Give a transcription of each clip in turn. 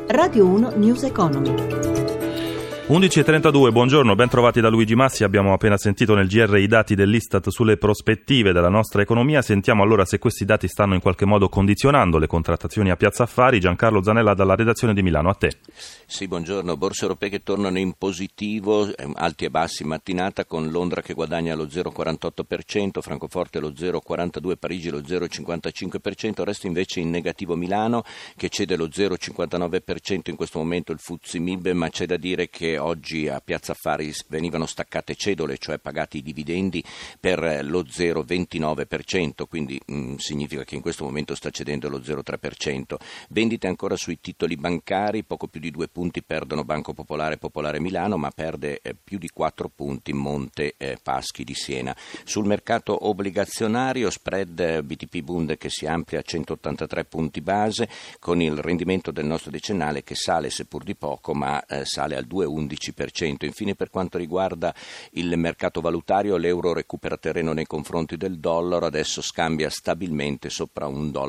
Radio 1 News Economy. 11.32, buongiorno, ben trovati da Luigi Massi. Abbiamo appena sentito nel GR i dati dell'Istat sulle prospettive della nostra economia. Sentiamo allora se questi dati stanno in qualche modo condizionando le contrattazioni a Piazza Affari. Giancarlo Zanella dalla redazione di Milano, a te. Sì, buongiorno. Borse europee che tornano in positivo, alti e bassi in mattinata, con Londra che guadagna lo 0,48%, Francoforte lo 0,42%, Parigi lo 0,55%, resto invece in negativo Milano che cede lo 0,59% in questo momento il FTSE MIB, ma c'è da dire che oggi a Piazza Affari venivano staccate cedole, cioè pagati i dividendi per lo 0,29%, quindi significa che in questo momento sta cedendo lo 0,3%. Vendite ancora sui titoli bancari, poco più di 2 punti perdono Banco Popolare e Popolare Milano, ma perde più di 4 punti Monte Paschi di Siena. Sul mercato obbligazionario, spread BTP Bund che si amplia a 183 punti base, con il rendimento del nostro decennale che sale seppur di poco, ma sale al 2,11%. Infine, per quanto riguarda il mercato valutario, l'euro recupera terreno nei confronti del dollaro, adesso scambia stabilmente sopra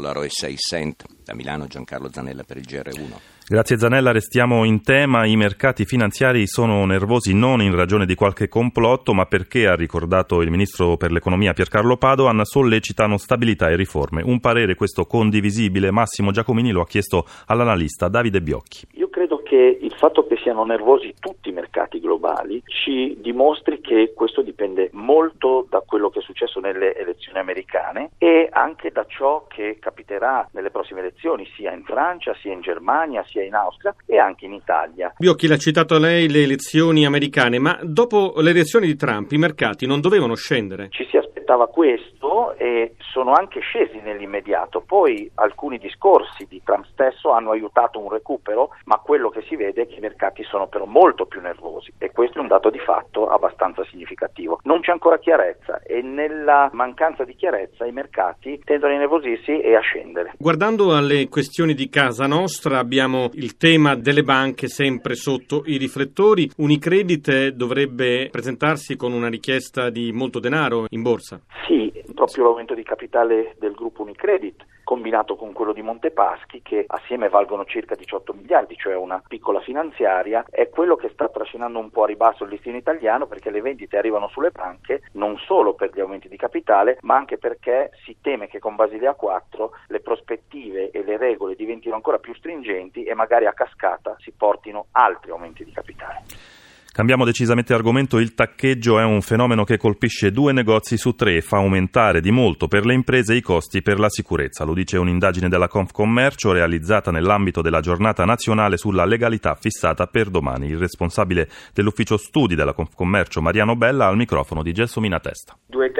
$1,06. Da Milano Giancarlo Zanella per il GR1. Grazie Zanella, restiamo in tema. I mercati finanziari sono nervosi non in ragione di qualche complotto, ma perché, ha ricordato il ministro per l'economia Piercarlo Padoan, sollecitano stabilità e riforme. Un parere questo condivisibile. Massimo Giacomini lo ha chiesto all'analista Davide Biocchi. Io credo che il fatto che siano nervosi tutti i mercati globali ci dimostri che questo dipende molto da quello che è successo nelle elezioni americane e anche da ciò che capiterà nelle prossime elezioni, sia in Francia, sia in Germania, sia in Austria e anche in Italia. Biocchi, l'ha citato lei le elezioni americane, ma dopo le elezioni di Trump i mercati non dovevano scendere? Ci si aspettava questo e sono anche scesi nell'immediato. Poi alcuni discorsi di Trump stesso hanno aiutato un recupero, ma quello che si vede è che i mercati sono però molto più nervosi e questo è un dato di fatto abbastanza significativo. Non c'è ancora chiarezza e nella mancanza di chiarezza i mercati tendono a innervosirsi e a scendere. Guardando alle questioni di casa nostra, abbiamo il tema delle banche sempre sotto i riflettori. Unicredit dovrebbe presentarsi con una richiesta di molto denaro in borsa. Sì, proprio l'aumento di capitale del gruppo Unicredit combinato con quello di Monte Paschi, che assieme valgono circa 18 miliardi, cioè una piccola finanziaria, è quello che sta trascinando un po' a ribasso il listino italiano, perché le vendite arrivano sulle banche non solo per gli aumenti di capitale, ma anche perché si teme che con Basilea 4 le prospettive e le regole diventino ancora più stringenti e magari a cascata si portino altri aumenti di capitale. Cambiamo decisamente argomento. Il taccheggio è un fenomeno che colpisce 2 negozi su 3 e fa aumentare di molto per le imprese i costi per la sicurezza. Lo dice un'indagine della Confcommercio realizzata nell'ambito della giornata nazionale sulla legalità fissata per domani. Il responsabile dell'ufficio studi della Confcommercio, Mariano Bella, al microfono di Gelsomina Testa.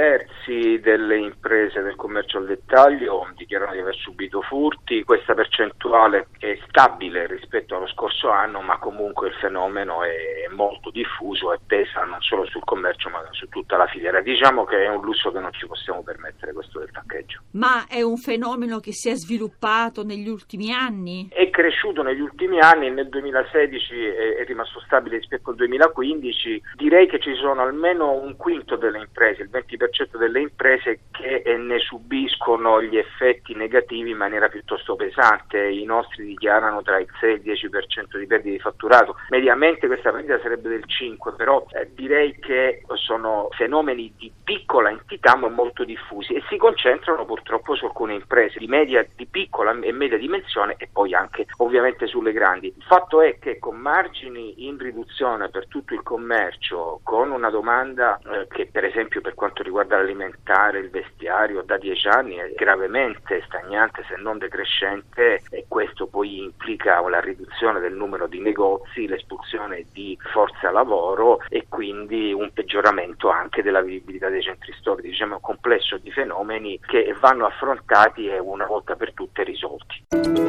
2/3 delle imprese del commercio al dettaglio dichiarano di aver subito furti. Questa percentuale è stabile rispetto allo scorso anno, ma comunque il fenomeno è molto diffuso e pesa non solo sul commercio ma su tutta la filiera. Diciamo che è un lusso che non ci possiamo permettere, questo del taccheggio. Ma è un fenomeno che si è sviluppato negli ultimi anni? È cresciuto negli ultimi anni, nel 2016 è rimasto stabile rispetto al 2015. Direi che ci sono almeno un quinto delle imprese, il 20% delle imprese che ne subiscono gli effetti negativi in maniera piuttosto pesante. I nostri dichiarano tra il 6 e il 10% di perdita di fatturato. Mediamente questa perdita sarebbe del 5%, però direi che sono fenomeni di piccola entità ma molto diffusi e si concentrano purtroppo su alcune imprese di piccola e media dimensione e poi anche ovviamente sulle grandi. Il fatto è che con margini in riduzione per tutto il commercio, con una domanda che per esempio per quanto riguarda l'alimentare, il vestiario da 10 anni è gravemente stagnante se non decrescente, e questo poi implica la riduzione del numero di negozi, l'espulsione di forza lavoro e quindi un peggioramento anche della vivibilità dei centri storici. Diciamo un complesso di fenomeni che vanno affrontati e una volta per tutte risolti.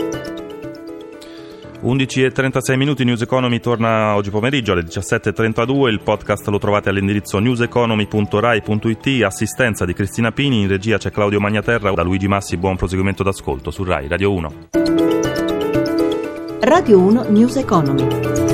11.36, News Economy torna oggi pomeriggio alle 17.32. Il podcast lo trovate all'indirizzo newseconomy.rai.it. Assistenza di Cristina Pini, in regia c'è Claudio Magnaterra. Da Luigi Massi buon proseguimento d'ascolto su Rai Radio 1. Radio 1 News Economy.